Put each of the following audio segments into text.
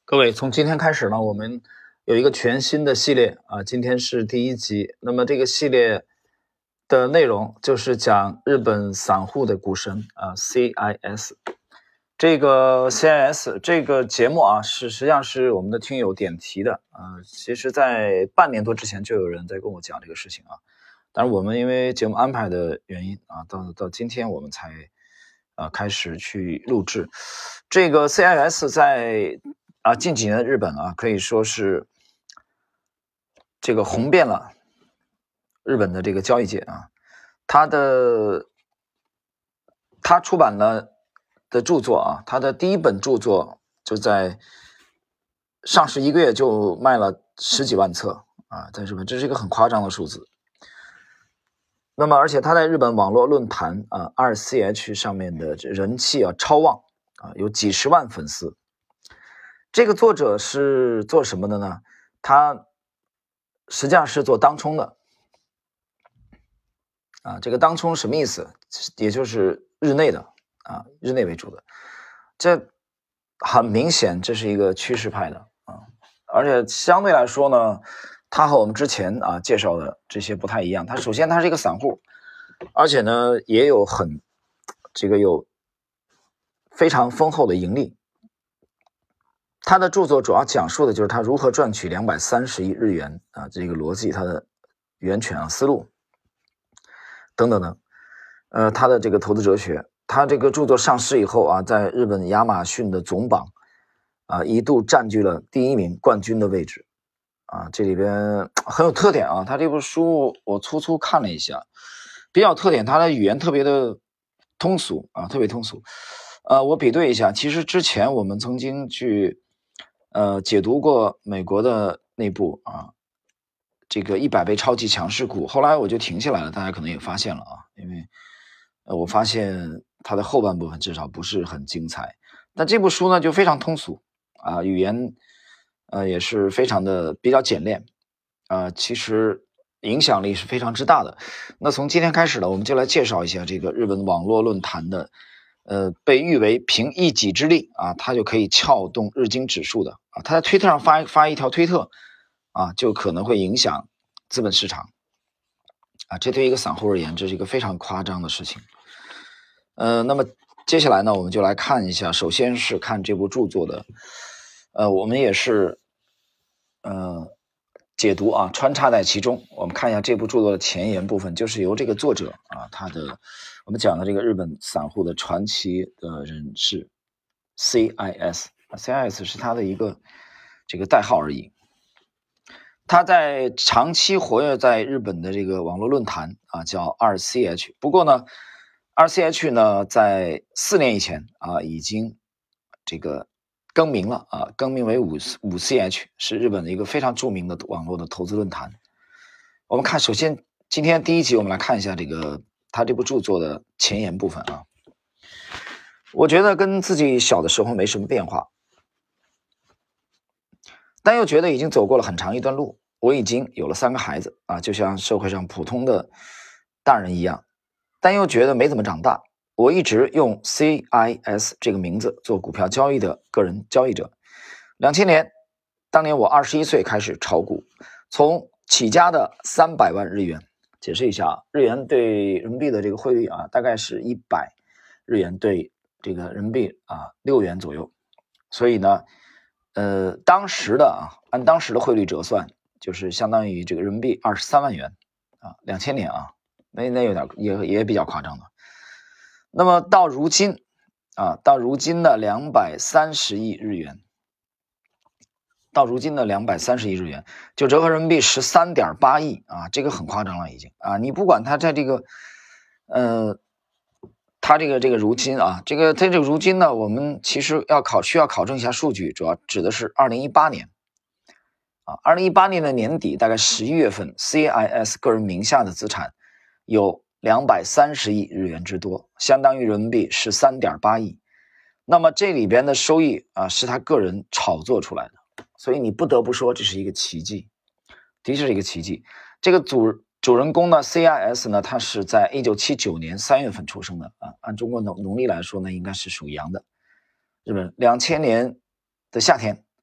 各位，从今天开始呢，我们有一个全新的系列啊，今天是第1集。那么这个系列的内容就是讲日本散户的股神啊 CIS。这个 CIS 这个节目啊，实际上是我们的听友点题的啊。其实在半年多之前就有人在跟我讲这个事情啊，但是我们因为节目安排的原因啊，到今天我们才开始去录制。这个 CIS 在近几年的日本啊，可以说是这个红遍了日本的这个交易界啊。他出版了的著作啊，他的第一本著作就在上市1个月就卖了10几万册啊，在日本这是一个很夸张的数字。那么而且他在日本网络论坛啊 2CH 上面的人气啊超旺啊，有几十万粉丝。这个作者是做什么的呢？他实际上是做当冲的啊。这个当冲什么意思？也就是日内的啊，日内为主的。这很明显，这是一个趋势派的啊。而且相对来说呢，他和我们之前介绍的这些不太一样。他首先他是一个散户，而且呢也有有非常丰厚的盈利。他的著作主要讲述的就是他如何赚取230亿日元啊，这个逻辑，他的源泉思路等等等。他的这个投资哲学，他这个著作上市以后啊，在日本亚马逊的总榜啊，一度占据了第1名冠军的位置啊。这里边很有特点啊，他这部书我粗粗看了一下，比较特点，他的语言特别的通俗啊，特别通俗。我比对一下，其实之前我们曾经去解读过美国的那部啊，这个100倍超级强势股，后来我就停下来了，大家可能也发现了啊，因为我发现它的后半部分至少不是很精彩，但这部书呢就非常通俗啊，语言也是非常的比较简练啊，其实影响力是非常之大的。那从今天开始呢，我们就来介绍一下这个日本网络论坛的被誉为凭一己之力啊，他就可以撬动日经指数的啊，他在推特上发一条推特啊，就可能会影响资本市场啊，这对于一个散户而言，这是一个非常夸张的事情。那么接下来呢，我们就来看一下，首先是看这部著作的，我们也是解读啊，穿插在其中。我们看一下这部著作的前言部分，就是由这个作者啊，我们讲的这个日本散户的传奇的人士 CIS 是他的一个这个代号而已。他在长期活跃在日本的这个网络论坛啊，叫 2CH。不过呢 2CH 呢，在4年以前啊，已经这个更名了啊，更名为 5CH， 是日本的一个非常著名的网络的投资论坛。我们看，首先今天第1集我们来看一下他这部著作的前言部分啊。我觉得跟自己小的时候没什么变化，但又觉得已经走过了很长一段路。我已经有了3个孩子啊，就像社会上普通的大人一样，但又觉得没怎么长大。我一直用 CIS 这个名字做股票交易的个人交易者。2000年，当年我21岁开始炒股，从起家的300万日元。解释一下啊，日元对人民币的这个汇率啊，大概是100日元对这个人民币啊6元左右。所以呢，当时的按当时的汇率折算，就是相当于这个人民币23万元啊，2000年啊，那有点也比较夸张的。那么到如今的230亿日元，就折合人民币13.8亿啊，这个很夸张了已经啊。你不管它在这个它这个如今啊，它这个如今呢，我们其实需要考证一下数据，主要指的是2018年啊，2018年的年底，大概11月份 ，CIS 个人名下的资产有230亿日元之多，相当于人民币13.8亿。那么这里边的收益啊，是他个人炒作出来的，所以你不得不说这是一个奇迹，的确是一个奇迹。这个主人公呢 ，CIS 呢，他是在1979年3月份出生的啊，按中国农历来说呢，应该是属羊的。日本2000年的夏天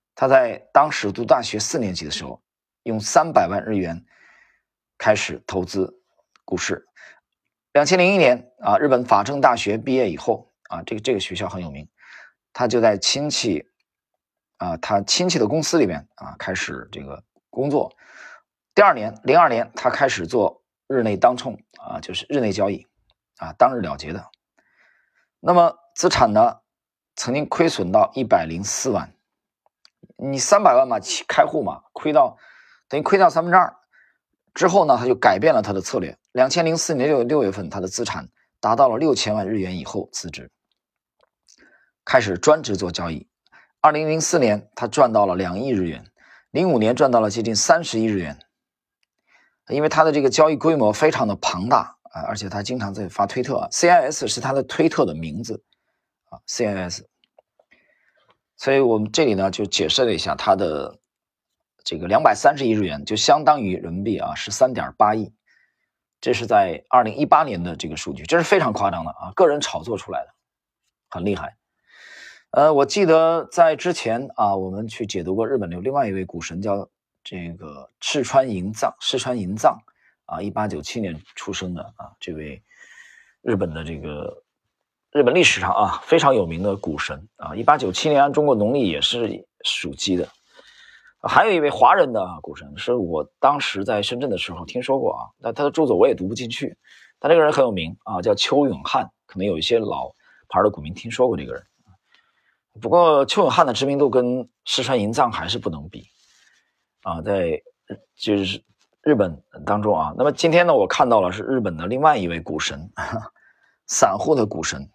他在当时读大学4年级的时候，用300万日元开始投资股市。2001年啊，日本法政大学毕业以后啊，这个学校很有名，他就在他亲戚的公司里面啊开始这个工作。第二年，02年，他开始做日内当冲啊，就是日内交易啊，当日了结的。那么资产呢，曾经亏损到104万。你300万嘛，开户嘛，等于亏掉2/3。之后呢，他就改变了他的策略。2004年6月份，他的资产达到了6000万日元以后辞职，开始专职做交易。2004年，他赚到了2亿日元，05年赚到了接近30亿日元。因为他的这个交易规模非常的庞大啊，而且他经常在发推特，CIS 是他的推特的名字啊 ，CIS。所以我们这里呢就解释了一下他的这个230亿日元，就相当于人民币啊13.8亿，这是在2018年的这个数据，这是非常夸张的啊，个人炒作出来的，很厉害。我记得在之前啊，我们去解读过日本有另外一位股神叫这个赤川银藏啊，1897年出生的啊，这位日本的这个日本历史上啊非常有名的股神啊，1897年按中国农历也是属鸡的。还有一位华人的股神，是我当时在深圳的时候听说过啊，但他的著作我也读不进去。他这个人很有名啊，叫邱永汉，可能有一些老牌的股民听说过这个人。不过邱永汉的知名度跟石川银藏还是不能比啊，在就是日本当中啊。那么今天呢，我看到了是日本的另外一位股神，散户的股神。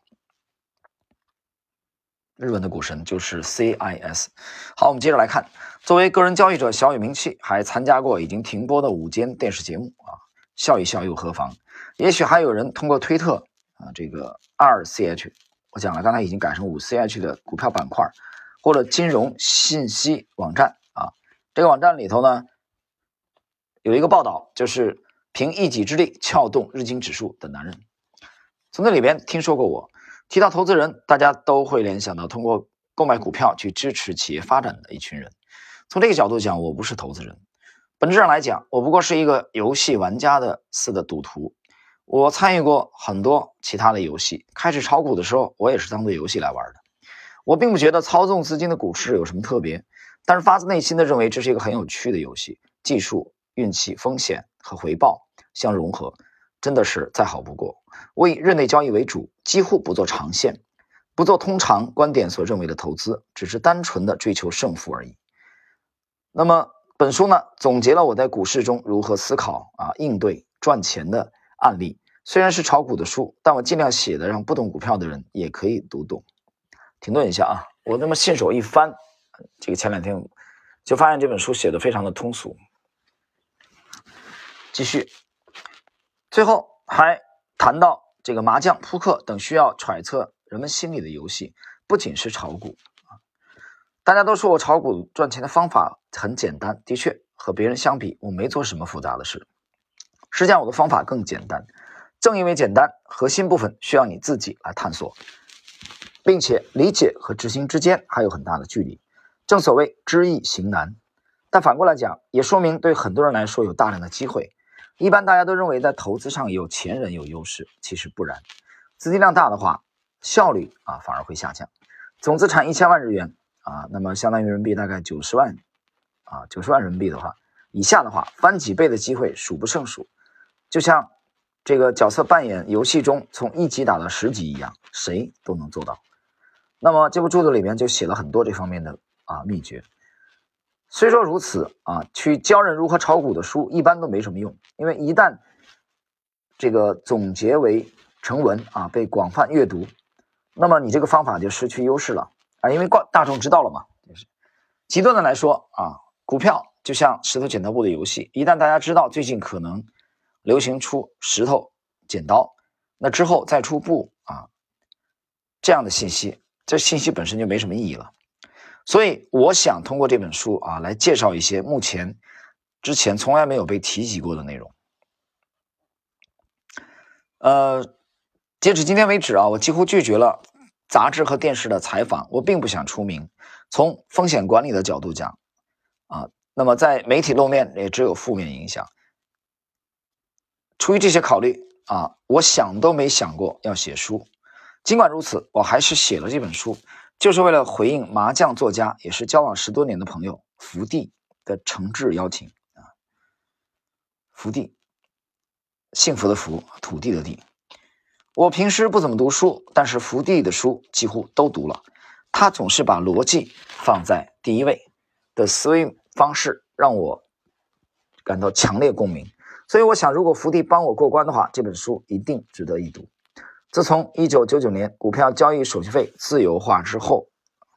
日本的股神就是 CIS。 好，我们接着来看，作为个人交易者小有名气，还参加过已经停播的5间电视节目啊，笑一笑又何妨。也许还有人通过推特啊，这个 2CH， 我讲了刚才已经改成 5CH 的股票板块，或者金融信息网站啊，这个网站里头呢有一个报道，就是凭一己之力撬动日经指数的男人。从这里边听说过我提到投资人，大家都会联想到通过购买股票去支持企业发展的一群人。从这个角度讲，我不是投资人，本质上来讲，我不过是一个游戏玩家的赌徒。我参与过很多其他的游戏，开始炒股的时候，我也是当做游戏来玩的。我并不觉得操纵资金的股市有什么特别，但是发自内心的认为这是一个很有趣的游戏，技术、运气、风险和回报相融合，真的是再好不过。我以日内交易为主，几乎不做长线，不做通常观点所认为的投资，只是单纯的追求胜负而已。那么本书呢，总结了我在股市中如何思考啊、应对、赚钱的案例。虽然是炒股的书，但我尽量写的让不懂股票的人也可以读懂。停顿一下啊，我那么信手一翻，这个前2天就发现这本书写的非常的通俗。继续，最后还谈到这个麻将、扑克等需要揣测人们心理的游戏，不仅是炒股啊。大家都说我炒股赚钱的方法很简单，的确和别人相比，我没做什么复杂的事。实际上我的方法更简单，正因为简单，核心部分需要你自己来探索，并且理解和执行之间还有很大的距离。正所谓知易行难，但反过来讲，也说明对很多人来说有大量的机会。一般大家都认为在投资上有钱人有优势，其实不然。资金量大的话，效率啊反而会下降。总资产1000万日元啊，那么相当于人民币大概90万啊，90万人民币的话，以下的话，翻几倍的机会数不胜数。就像这个角色扮演游戏中从1级打到10级一样，谁都能做到。那么这部著作里面就写了很多这方面的秘诀。虽说如此啊，去教人如何炒股的书一般都没什么用，因为一旦这个总结为成文啊，被广泛阅读，那么你这个方法就失去优势了啊，因为大众知道了嘛。极端的来说啊，股票就像石头剪刀布的游戏，一旦大家知道最近可能流行出石头剪刀，那之后再出布啊这样的信息，这信息本身就没什么意义了。所以我想通过这本书啊，来介绍一些之前从来没有被提及过的内容。截止今天为止啊，我几乎拒绝了杂志和电视的采访。我并不想出名， 从风险管理的角度讲啊，那么在媒体露面也只有负面影响。出于这些考虑啊，我想都没想过要写书。尽管如此，我还是写了这本书，就是为了回应麻将作家，也是交往10多年的朋友福地的诚挚邀请啊。福地，幸福的福，土地的地。我平时不怎么读书，但是福地的书几乎都读了。他总是把逻辑放在第一位的思维方式，让我感到强烈共鸣。所以我想，如果福地帮我过关的话，这本书一定值得一读。自从1999年股票交易手续费自由化之后，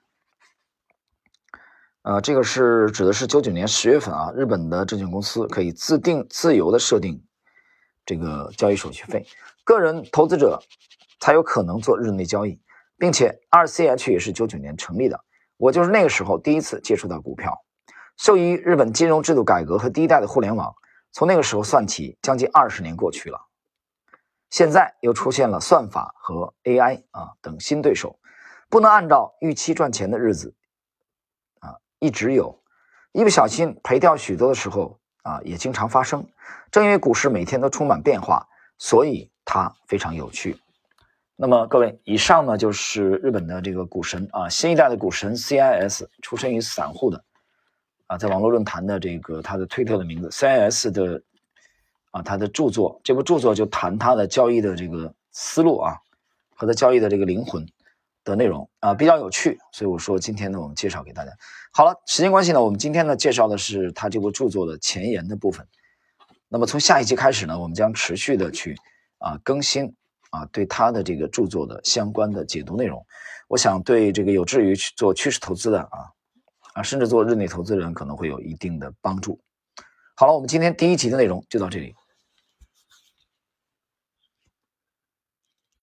这个是指的是99年10月份啊，日本的证券公司可以自由的设定这个交易手续费，个人投资者才有可能做日内交易，并且 RCH 也是99年成立的。我就是那个时候第一次接触到股票。受益于日本金融制度改革和第一代的互联网，从那个时候算起，将近20年过去了。现在又出现了算法和 AI 等新对手，不能按照预期赚钱的日子一直有，一不小心赔掉许多的时候也经常发生。正因为股市每天都充满变化，所以它非常有趣。那么各位，以上呢就是日本的这个股神新一代的股神 CIS， 出身于散户的在网络论坛的这个他的推特的名字 CIS 的他的著作，这部著作就谈他的交易的这个思路和他交易的这个灵魂的内容比较有趣，所以我说今天呢我们介绍给大家。好了，时间关系呢，我们今天呢介绍的是他这部著作的前言的部分。那么从下一期开始呢，我们将持续的去更新对他的这个著作的相关的解读内容。我想对这个有志于去做趋势投资的甚至做日内投资人可能会有一定的帮助。好了，我们今天第1集的内容就到这里。